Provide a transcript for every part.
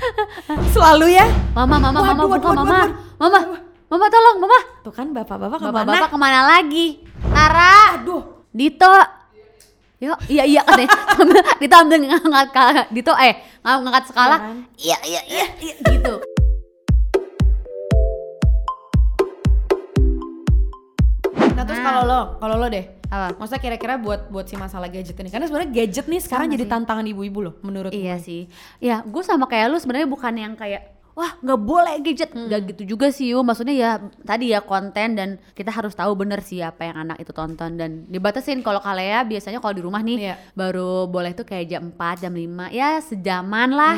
Selalu ya. Mama Waduh, buka waduh, mama. waduh. Mama tolong mama. Tuh kan bapak-bapak kemana? Bapak-bapak kemana lagi? Tara. Aduh. Dito. Yuk, iya katanya. Dito ambil ngangkat Dito ngangkat skala. Iya gitu. Nah terus kalau lo deh, Apa? maksudnya kira-kira buat si masalah gadget ini, karena sebenarnya gadget nih sekarang Sama jadi sih. tantangan ibu-ibu loh menurut Iya gue. sih. Ya, gue sama kayak lu sebenarnya bukan yang kayak wah nggak boleh gadget, nggak gitu juga sih Yu. Maksudnya ya tadi ya konten dan kita harus tahu bener sih apa yang anak itu tonton dan dibatasin. Kalau Kalea biasanya kalau di rumah nih Iya. baru boleh tuh kayak jam 4, jam 5 ya sejaman lah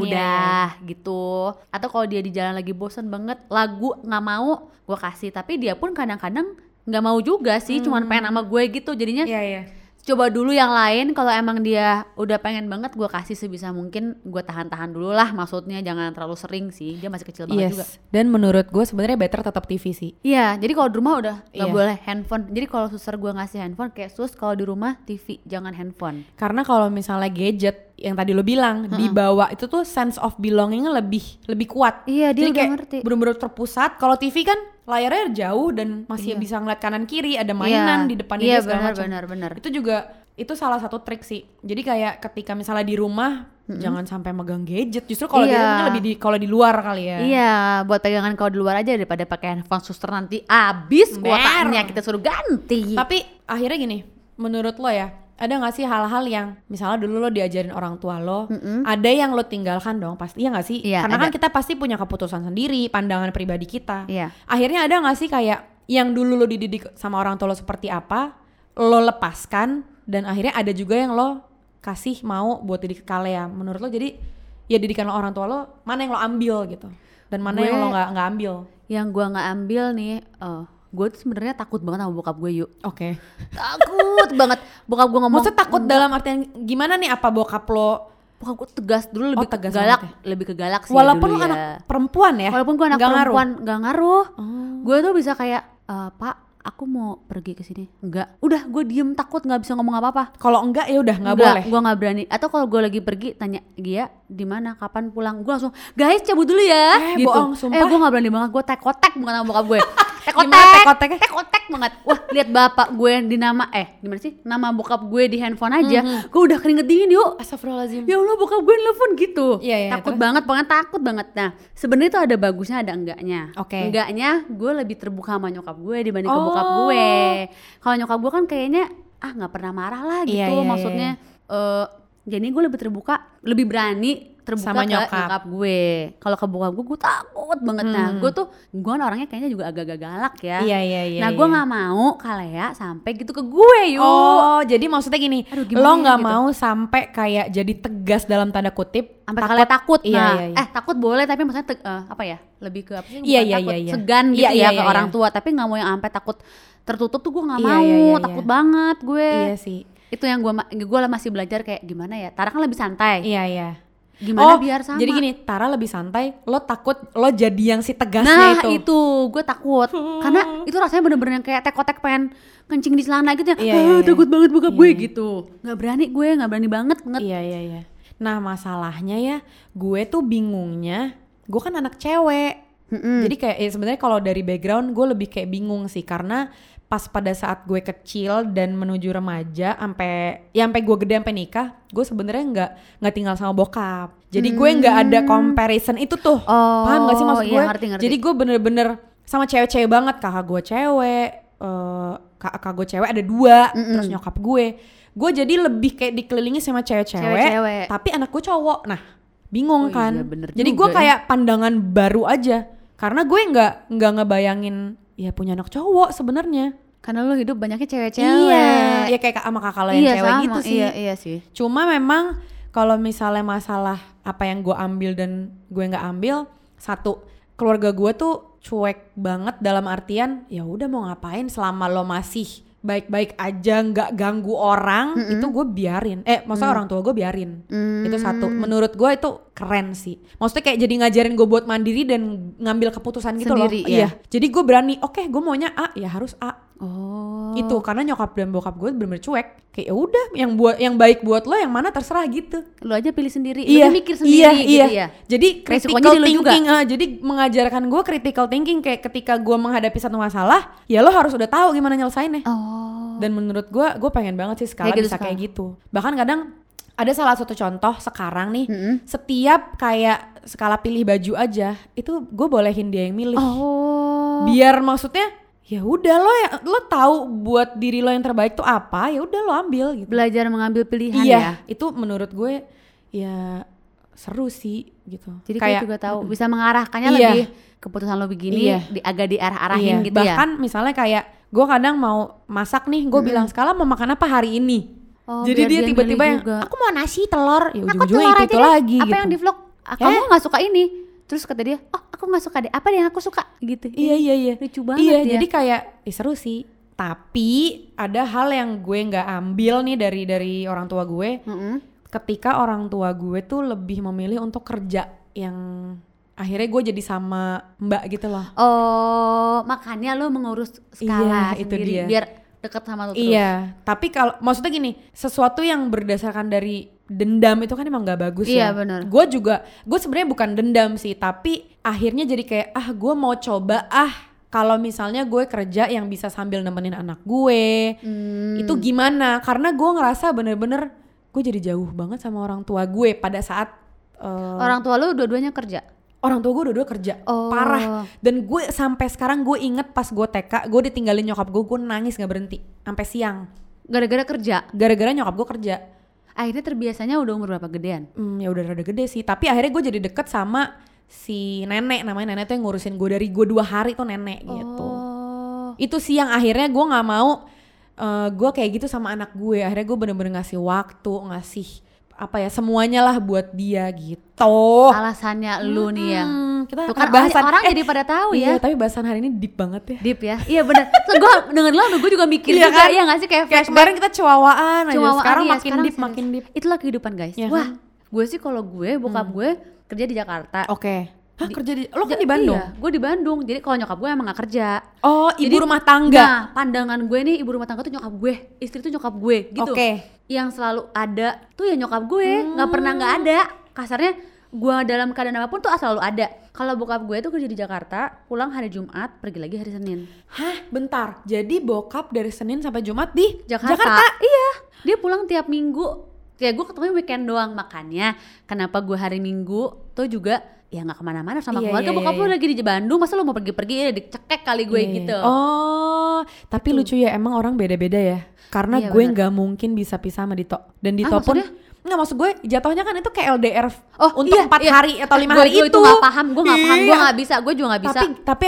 udah gitu. Atau kalau dia di jalan lagi bosen banget lagu nggak mau gue kasih, tapi dia pun kadang-kadang nggak mau juga sih, cuman pengen sama gue gitu jadinya. Iya. Coba dulu yang lain, kalau emang dia udah pengen banget gue kasih sebisa mungkin, gue tahan-tahan dulu lah, maksudnya jangan terlalu sering sih, dia masih kecil banget juga. Dan menurut gue sebenarnya better tetap TV sih. Iya, jadi kalau di rumah udah nggak Iya. boleh handphone. Jadi kalau suster gue ngasih handphone kayak sus, kalau di rumah TV jangan handphone. Karena kalau misalnya gadget yang tadi lo bilang dibawa itu tuh sense of belongingnya lebih kuat. Iya, dia jadi udah kayak ngerti. bener-bener terpusat. Kalau TV kan layarnya jauh dan masih bisa ngeliat kanan kiri, ada mainan di depannya dia segala macam. Benar. Itu juga itu salah satu trik sih. Jadi kayak ketika misalnya di rumah jangan sampai megang gadget. Justru kalau Iya. dia mungkin lebih kalau di luar kali ya. Iya, buat pegangan kalau di luar aja daripada pakai handphone suster nanti abis kuotanya kita suruh ganti. Tapi akhirnya gini, menurut lo ya, ada gak sih hal-hal yang misalnya dulu lo diajarin orang tua lo, ada yang lo tinggalkan dong pasti, iya gak sih? Iya, Karena ada. kan kita pasti punya keputusan sendiri, pandangan pribadi kita. Iya. Akhirnya ada gak sih kayak yang dulu lo dididik sama orang tua lo seperti apa, lo lepaskan, dan akhirnya ada juga yang lo kasih mau buat didik Kalea. Menurut lo jadi ya didikan lo orang tua lo, mana yang lo ambil gitu? Dan mana yang lo gak ambil? Yang gue nggak ambil nih, gue tuh sebenarnya takut banget sama bokap gue Yuk. Oke. Takut banget. Bokap gue ngomong. Maksudnya takut dalam artian gimana nih, apa bokap lo? Bokap gue tegas dulu, lebih tegas galak, banget lebih ke galak sih. Walaupun dulu lo ya. anak perempuan ya? Walaupun gue anak Nggak ngaruh? perempuan, nggak ngaruh. Gue tuh bisa kayak, Pak, aku mau pergi ke sini. Enggak. Udah, gue diem, takut nggak bisa ngomong apa-apa. Kalau enggak ya udah nggak boleh. Gue nggak berani. Atau kalau gue lagi pergi, tanya Gia di mana, kapan pulang? Gue langsung, guys cabut dulu ya. Gitu. Bohong, sumpah. Gue nggak berani banget. Gue tek-kotek banget sama bokap gue. Gimana tek-koteknya? Tek-kotek banget. Wah, lihat bapak gue di gimana sih? Nama bokap gue di handphone aja. Gue udah keringet dingin Yuk. Astagfirullahaladzim. Ya Allah, bokap gue nelfon gitu. Iya, takut terus? banget, takut banget. Nah, sebenarnya itu ada bagusnya, ada enggaknya. Oke. Enggaknya, gue lebih terbuka sama nyokap gue dibanding ke bokap gue. Kalau nyokap gue kan kayaknya nggak pernah marah lah gitu. Iya, Maksudnya jadi gue lebih terbuka, lebih berani terbuka Sama ke nyokap gue. Kalau ke bokap gue takut banget. Nah, gue kan orangnya kayaknya juga agak-agak galak ya. Iya. Nah, gue nggak mau Kalea sampai gitu ke gue Yuk. Oh, jadi maksudnya gini, Aduh, gimana lo ya, nggak gitu. mau sampai kayak jadi tegas dalam tanda kutip. Sampai Kalea takut. Iya. Takut boleh, tapi maksudnya apa ya, lebih ke apa sih, Iya, bukan takut, iya. segan gitu Iya, ke iya, orang iya. tua, tapi nggak mau yang sampai takut tertutup tuh gue nggak Iya, mau. iya. Takut banget gue. Iya sih. Itu yang gue masih belajar kayak gimana ya. Tara kan lebih santai, Iya. gimana biar sama. Jadi gini, Tara lebih santai, lo takut lo jadi yang si tegasnya Nah itu. itu gue takut karena itu rasanya bener-bener yang kayak tek-kotek pengen kencing di celana gitu ya. Iya. Takut banget bokap gue Iya. gitu. Nggak berani banget. Iya. Nah masalahnya ya, gue tuh bingungnya, gue kan anak cewek. Jadi kayak sebenarnya kalau dari background gue lebih kayak bingung sih, karena pas pada saat gue kecil dan menuju remaja sampai gue gede sampai nikah, gue sebenarnya nggak tinggal sama bokap. Jadi gue nggak ada comparison itu tuh. Paham gak sih maksud gue? Iya, ngerti. Jadi gue bener-bener sama cewek-cewek banget. Kakak gue cewek, kakak gue cewek ada 2, terus nyokap gue jadi lebih kayak dikelilingi sama cewek-cewek, tapi anak gue cowok. Nah bingung kan. Iya, bener Jadi juga gue kayak pandangan baru aja, karena gue nggak ngebayangin ya punya anak cowok sebenarnya. Karena lo hidup banyaknya cewek-cewek. Iya, ya kayak sama kakak lo yang cewek sama. gitu sih. Iya sih. Cuma memang kalau misalnya masalah apa yang gue ambil dan gue nggak ambil, satu, keluarga gue tuh cuek banget dalam artian ya udah mau ngapain selama lo masih baik-baik aja, nggak ganggu orang, itu gue biarin. Maksudnya orang tua gue biarin. Itu satu. Menurut gue itu keren sih. Maksudnya kayak jadi ngajarin gue buat mandiri dan ngambil keputusan gitu Sendiri, loh. ya. Iya. Jadi gue berani. Oke, gue maunya A, ya harus A. Itu karena nyokap dan bokap gue bener-bener cuek. Kayak ya udah, yang baik buat lo yang mana terserah gitu. Lo aja pilih sendiri, lo mikir sendiri gitu ya. Jadi critical thinking, jadi mengajarkan gue critical thinking, kayak ketika gue menghadapi satu masalah, ya lo harus udah tahu gimana nyelesainnya. Dan menurut gue pengen banget sih Skala bisa kayak gitu. Bahkan kadang ada salah satu contoh sekarang nih, setiap kayak Skala pilih baju aja, itu gue bolehin dia yang milih. Biar maksudnya ya udah lo tahu buat diri lo yang terbaik tuh apa, ya udah lo ambil gitu. Belajar mengambil pilihan ya. Itu menurut gue ya seru sih gitu. Jadi kayak juga tahu bisa mengarahkannya lebih keputusan lo begini agak diarah-arahin gitu ya. Bahkan misalnya kayak gue kadang mau masak nih, gue bilang Skala mau makan apa hari ini. Jadi dia tiba-tiba yang aku mau nasi telur, ya ujung-ujungnya itu lagi apa gitu. yang di vlog kamu nggak suka ini. Terus kata dia, aku gak suka deh, apa yang aku suka gitu. Iya. Lucu banget ya. Jadi kayak seru sih. Tapi ada hal yang gue gak ambil nih dari orang tua gue. Ketika orang tua gue tuh lebih memilih untuk kerja, yang akhirnya gue jadi sama mbak gitu loh. Makanya lo mengurus Skala itu sendiri dia. biar deket sama lo terus. Iya, tapi kalau maksudnya gini, sesuatu yang berdasarkan dari dendam itu kan emang gak bagus ya. Iya benar. Gue sebenarnya bukan dendam sih, tapi akhirnya jadi kayak gue mau coba kalau misalnya gue kerja yang bisa sambil nemenin anak gue, itu gimana? Karena gue ngerasa bener-bener gue jadi jauh banget sama orang tua gue pada saat orang tua lu dua-duanya kerja? Orang tua gue dua-dua kerja, parah. Dan gue sampai sekarang gue inget pas gue TK, gue ditinggalin nyokap gue nangis gak berhenti sampai siang. Gara-gara kerja? Gara-gara nyokap gue kerja. Akhirnya terbiasanya udah umur berapa gedean? Ya udah rada gede sih, tapi akhirnya gue jadi deket sama si nenek, namanya nenek tuh yang ngurusin gue dari gue 2 hari tuh nenek gitu. Itu sih yang akhirnya gue gak mau gue kayak gitu sama anak gue. Akhirnya gue bener-bener ngasih waktu, ngasih semuanya lah buat dia gitu. Alasannya lu nih ya. Kita tuh kan bahasan orang jadi pada tahu ya. Iya, tapi bahasan hari ini deep banget ya. Deep ya. Iya benar. Gue denger gue juga mikir juga kan? Iya gak sih kayak kemarin kita cuawaan aja. Sekarang makin deep. Itulah kehidupan guys. Ya, wah, gue sih kalau bokap gue kerja di Jakarta. Oke. Kerja lo kan di Bandung? Iya, gue di Bandung. Jadi kalau nyokap gue emang gak kerja. Ibu rumah tangga. Nah, pandangan gue nih ibu rumah tangga tuh nyokap gue, istri tuh nyokap gue gitu. Yang selalu ada tuh ya nyokap gue, gak pernah gak ada. Kasarnya gue dalam keadaan apapun tuh selalu ada. Kalau bokap gue tuh kerja di Jakarta, pulang hari Jumat, pergi lagi hari Senin. Hah? Bentar, jadi bokap dari Senin sampai Jumat di Jakarta? Iya, dia pulang tiap minggu. Kayak gue ketemu weekend doang, makanya kenapa gue hari Minggu tuh juga ya nggak kemana-mana sama keluarga. Bokap lu lagi di Bandung, masa lu mau pergi-pergi ya dicekek kali gue gitu. Tapi lucu ya, emang orang beda-beda ya. Karena gue nggak mungkin bisa pisah sama Dito. Dan Dito pun nggak, maksud gue jatuhnya kan itu kayak LDR untuk 4 hari atau 5 hari itu. Gue nggak paham, gue nggak bisa, gue juga nggak bisa. Tapi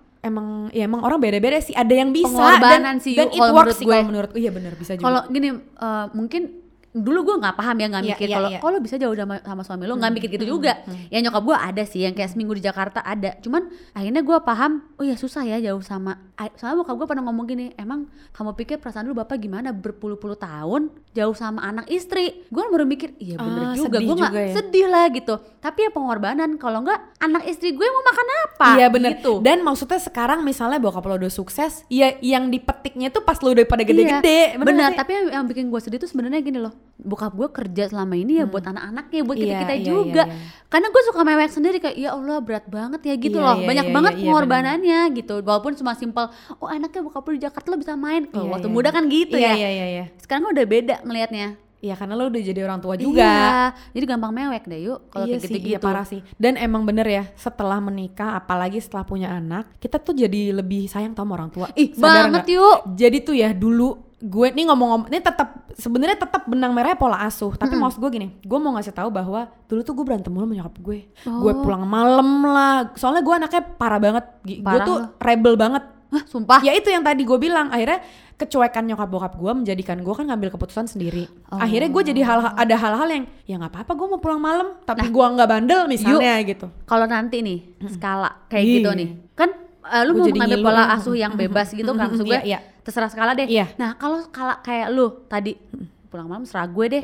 emang orang beda-beda sih. Ada yang bisa pengorbanan sih dan it works sih kalau menurut gue. Iya benar, bisa juga. Kalau gini mungkin dulu gue nggak paham ya, nggak mikir kalau bisa jauh sama suami lo, nggak mikir gitu juga. Ya nyokap gue ada sih yang kayak seminggu di Jakarta ada, cuman akhirnya gue paham oh ya susah ya jauh sama. Soalnya bokap gue pernah ngomong gini, emang kamu pikir perasaan dulu bapak gimana berpuluh-puluh tahun jauh sama anak istri. Gue baru mikir iya bener juga, gue nggak sedih lah gitu. Tapi ya pengorbanan, kalau nggak anak istri gue mau makan apa? Iya bener gitu. Dan maksudnya sekarang misalnya bokap lo udah sukses, ya yang dipetiknya tuh pas lo udah pada gede-gede. Bener, tapi yang bikin gue sedih tuh sebenarnya gini loh, bokap gue kerja selama ini ya buat anak-anaknya, buat kita juga. Karena gue suka mewek sendiri kayak ya Allah berat banget ya gitu loh. Banyak banget pengorbanannya gitu. Walaupun cuma simpel, oh anaknya bokap lu di Jakarta lo bisa main. Kalau waktu muda kan gitu ya. Sekarang kan udah beda ngelihatnya. Iya karena lo udah jadi orang tua juga. Iya, jadi gampang mewek deh yuk kalau kayak gitu-gitu. Iya parah sih. Dan emang bener ya, setelah menikah apalagi setelah punya anak, kita tuh jadi lebih sayang sama orang tua. Banget yuk. Jadi tuh ya dulu gue nih ngomong-ngomong, ini sebenarnya tetap benang merahnya pola asuh. Tapi maksud gue gini, gue mau ngasih tahu bahwa dulu tuh gue berantem mulu sama nyokap gue. Gue pulang malam lah. Soalnya gue anaknya parah banget. Gue tuh rebel banget. Hah, sumpah? Ya itu yang tadi gue bilang, akhirnya kecuekan nyokap bokap gue menjadikan gue kan ngambil keputusan sendiri. Akhirnya gue jadi ada hal-hal yang ya nggak apa-apa gue mau pulang malam, tapi gue nggak bandel misalnya gitu. Kalau nanti nih Skala kayak gitu nih, kan lu mau mengambil pola asuh yang bebas gitu kan, maksud gue terserah Skala deh. Nah kalau Skala kayak lu tadi pulang malam serah gue deh.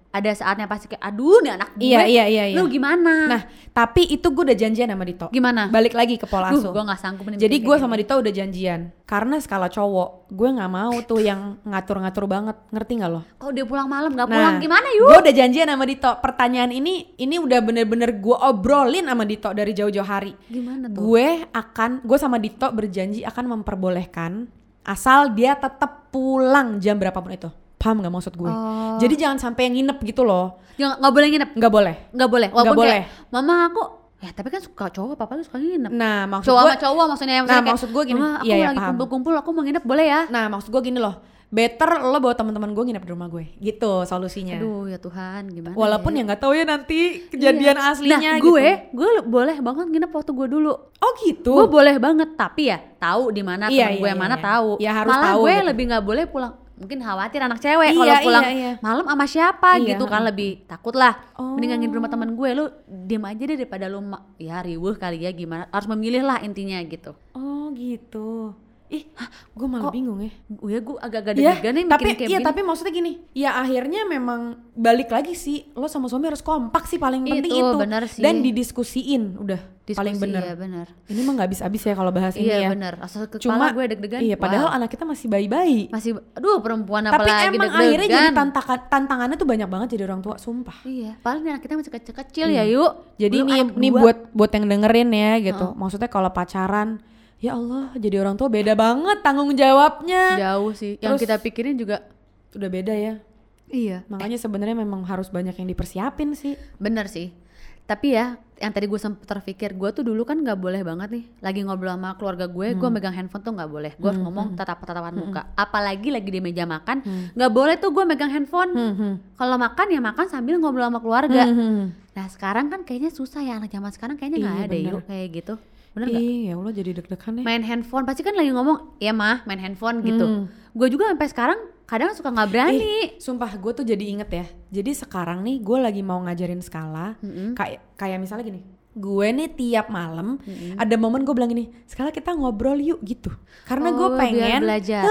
ada saatnya pasti kayak aduh nih anak gue. Iya. Lu gimana? Nah, tapi itu gue udah janjian sama Dito. Gimana? Balik lagi ke pola asuh. Gue gak sanggup nih. Jadi gue sama Dito udah janjian. Karena skala cowok, gue gak mau tuh yang ngatur-ngatur banget. Ngerti gak lo? Kalau dia pulang malam gak pulang gimana yuk? Gue udah janjian sama Dito. Pertanyaan ini udah bener-bener gue obrolin sama Dito dari jauh-jauh hari. Gimana tuh? Gue sama Dito berjanji akan memperbolehkan asal dia tetap pulang jam berapapun itu. Paham gak maksud gue? Jadi jangan sampai yang nginep gitu loh. Gak boleh nginep? Gak boleh. Walaupun boleh. Kayak mama aku, ya tapi kan suka cowok, papa tuh suka nginep. Nah maksud cowok gue, sama cowok maksudnya kayak, maksud gue gini, mama aku lagi kumpul-kumpul aku mau nginep boleh ya? Nah maksud gue gini loh, better lo bawa teman-teman gue nginep di rumah gue, gitu solusinya. Aduh ya Tuhan gimana? Walaupun ya nggak tahu ya nanti kejadian aslinya. Nah gue boleh banget nginep waktu gue dulu. Oh gitu? Gue boleh banget, tapi ya tahu di mana teman gue yang mana tahu. Ya harus malah tahu. Gue gitu. lebih nggak boleh pulang. Mungkin khawatir anak cewek kalau pulang malam sama siapa gitu kan, lebih takut lah. Mendingan di rumah teman gue, lu diem aja deh daripada lu ya riweuh kali ya gimana. Harus memilih lah intinya gitu. Oh gitu. Ih, gue malah bingung ya. Ya gue agak-agak deg-degan nih mikirin kayak gini. Tapi maksudnya gini, ya akhirnya memang balik lagi sih, lo sama suami harus kompak sih paling penting itu. Bener sih. Dan didiskusiin, udah paling bener. Iya bener. Ini mah nggak habis-habis ya kalau bahas ini ya. Iya bener, asal kepala gue deg-degan. Iya padahal anak kita masih bayi-bayi. Masih, aduh perempuan tapi apalagi deg-degan. Tapi emang akhirnya jadi tantangannya tuh banyak banget jadi orang tua, sumpah. Iya, paling anak kita masih kecil-kecil ya yuk. Jadi nih buat yang dengerin ya gitu. Maksudnya kalau pacaran, ya Allah, jadi orang tua beda banget tanggung jawabnya. Jauh sih. Yang kita pikirin juga udah beda ya. Iya. Makanya sebenarnya memang harus banyak yang dipersiapin sih. Bener sih. Tapi ya, yang tadi gue sempet terpikir, gue tuh dulu kan nggak boleh banget nih. Lagi ngobrol sama keluarga gue megang handphone tuh nggak boleh. Gue harus ngomong tatapan muka. Apalagi lagi di meja makan, nggak boleh tuh gue megang handphone. Kalau makan ya makan sambil ngobrol sama keluarga. Nah sekarang kan kayaknya susah ya, anak zaman sekarang kayaknya nggak ada yuk kayak gitu. Bener gak? Iya Allah jadi deg-degan ya. Main handphone, pasti kan lagi ngomong, ya mah main handphone gitu. Gue juga sampai sekarang kadang suka gak berani. Sumpah gue tuh jadi inget ya. Jadi sekarang nih gue lagi mau ngajarin skala. Kayak misalnya gini, gue nih tiap malam ada momen gue bilang gini, skala kita ngobrol yuk gitu. Karena gue pengen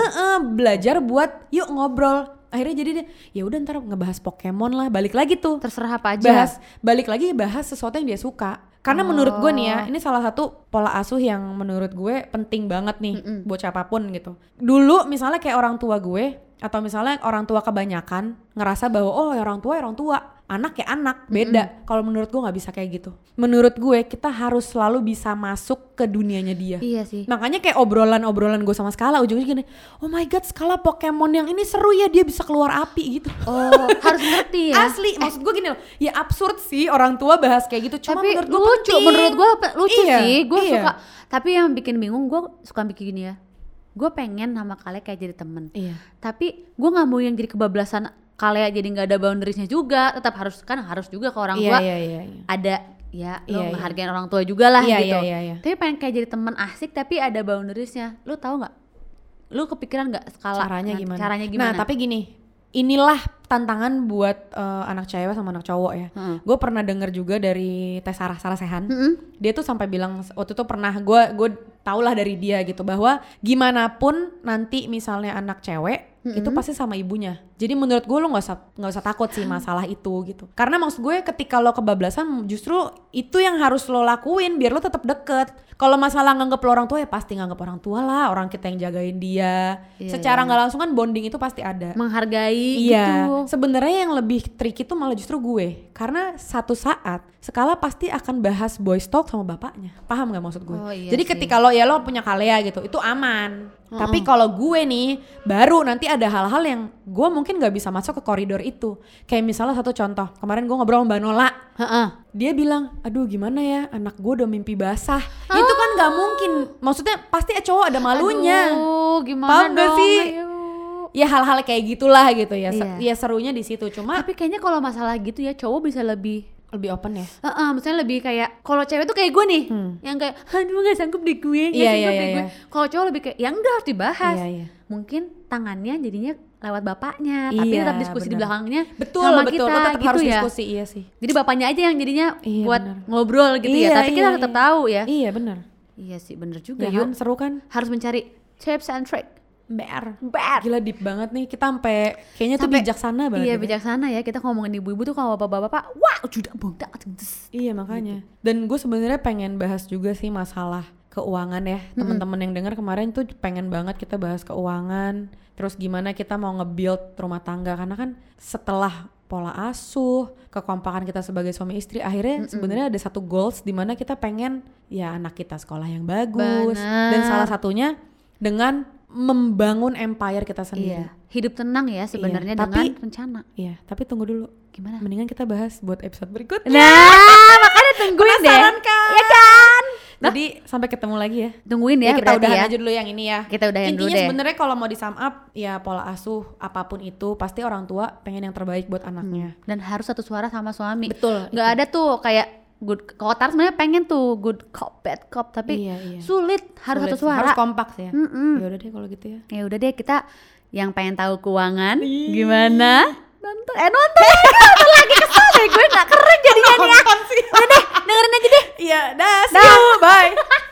belajar buat yuk ngobrol. Akhirnya jadi ya udah ntar ngebahas Pokemon lah, balik lagi tuh. Terserah apa aja. Balik lagi bahas sesuatu yang dia suka. Karena menurut gue nih ya, ini salah satu pola asuh yang menurut gue penting banget nih buat siapapun gitu. Dulu misalnya kayak orang tua gue, atau misalnya orang tua kebanyakan ngerasa bahwa orang tua anak ya anak, beda. Kalau menurut gue nggak bisa kayak gitu. Menurut gue kita harus selalu bisa masuk ke dunianya dia. Iya sih. Makanya kayak obrolan gue sama Skala ujungnya gini, oh my god Skala Pokemon yang ini seru ya, dia bisa keluar api gitu. Oh harus ngerti ya. Asli, maksud gue gini loh, ya absurd sih orang tua bahas kayak gitu. Cuma tapi menurut gue lucu, menurut gue lucu sih. Gue suka. Tapi yang bikin bingung, gue suka bikin gini ya. Gue pengen sama kalian kayak jadi temen. Iya. Tapi gue nggak mau yang jadi kebablasan kalian jadi nggak ada boundariesnya juga. Tetap harus juga ke orang tua. Ada ya lo menghargai orang tua juga lah gitu. Tapi pengen kayak jadi temen asik tapi ada boundariesnya. Lu tahu nggak? Lu kepikiran nggak skala caranya gimana? Nah tapi gini, inilah tantangan buat anak cewek sama anak cowok ya. Gue pernah denger juga dari Teh Sarah Sehan. Dia tuh sampai bilang waktu itu pernah gue tau lah dari dia gitu, bahwa gimana pun nanti misalnya anak cewek itu pasti sama ibunya. Jadi menurut gue lo nggak usah takut sih masalah itu gitu. Karena maksud gue ketika lo kebablasan justru itu yang harus lo lakuin biar lo tetap deket. Kalau masalah nganggep lo orang tua ya pasti nganggep orang tua lah, orang kita yang jagain dia. Secara nggak langsung kan bonding itu pasti ada. Menghargai gitu. Sebenarnya yang lebih tricky itu malah justru gue. Karena satu saat Skala pasti akan bahas boys talk sama bapaknya. Paham nggak maksud gue? Jadi ketika lo punya Kalea gitu, itu aman. Tapi kalau gue nih baru nanti ada hal-hal yang gue mungkin nggak bisa masuk ke koridor itu. Kayak misalnya satu contoh, kemarin gue ngobrol sama Mbak Nola. Dia bilang, aduh gimana ya anak gue udah mimpi basah. Itu kan nggak mungkin. Maksudnya pasti cowok ada malunya. Aduh, gimana paham dong? Gak sih? Ya hal-hal kayak gitulah gitu ya. Ya serunya di situ. Cuma tapi kayaknya kalau masalah gitu ya cowok bisa lebih open ya. Misalnya lebih kayak kalau cewek tuh kayak gue nih, yang kayak aduh nggak sanggup di gue, gue. Kalau cowok lebih kayak ya enggak harus dibahas. Mungkin tangannya jadinya lewat bapaknya, tapi tetap diskusi di belakangnya sama kita tetap gitu harus ya. Diskusi, iya sih. Jadi bapaknya aja yang jadinya buat ngobrol gitu ya, tapi kita tetap tahu ya. Iya benar. Iya sih benar juga. Ya kan, seru kan? Harus mencari tips and trick. Gila deep banget nih. Kita sampai kayaknya tuh bijaksana banget. Iya gitu. bijaksana ya, kita ngomongin ibu-ibu tuh kalau bapak-bapak wah juda bondak. Iya makanya. Dan gue sebenarnya pengen bahas juga sih masalah keuangan ya. Teman-teman yang dengar kemarin tuh pengen banget kita bahas keuangan. Terus gimana kita mau nge-build rumah tangga, karena kan setelah pola asuh, kekompakan kita sebagai suami istri, akhirnya sebenarnya ada satu goals di mana kita pengen ya anak kita sekolah yang bagus. Bener. Dan salah satunya dengan membangun empire kita sendiri. Iya. Hidup tenang ya sebenarnya Iya, dengan rencana. Iya, tapi tunggu dulu. Gimana? Mendingan kita bahas buat episode berikutnya. Nah, makanya tungguin deh. Penasaran kan? Iya kan? Jadi sampai ketemu lagi ya. Tungguin ya, Kita berarti udahan ya. aja dulu yang ini ya. Kita udahin dulu Intinya deh. sebenarnya kalau mau di sum up ya pola asuh apapun itu pasti orang tua pengen yang terbaik buat anaknya. Dan harus satu suara sama suami. Betul, Gak ada tuh kayak good. Kalau Tar sebenarnya pengen tuh good cop, bad cop, tapi Iya. sulit. Harus Sulit satu sih, suara. harus kompak sih ya. Ya udah deh kalau gitu ya. Ya udah deh, kita yang pengen tahu keuangan gimana? Nonton nonton lagi, kesel deh gue, nggak keren jadinya nih ya. Udah deh, dengerin aja deh. Iya, dah, see you, bye.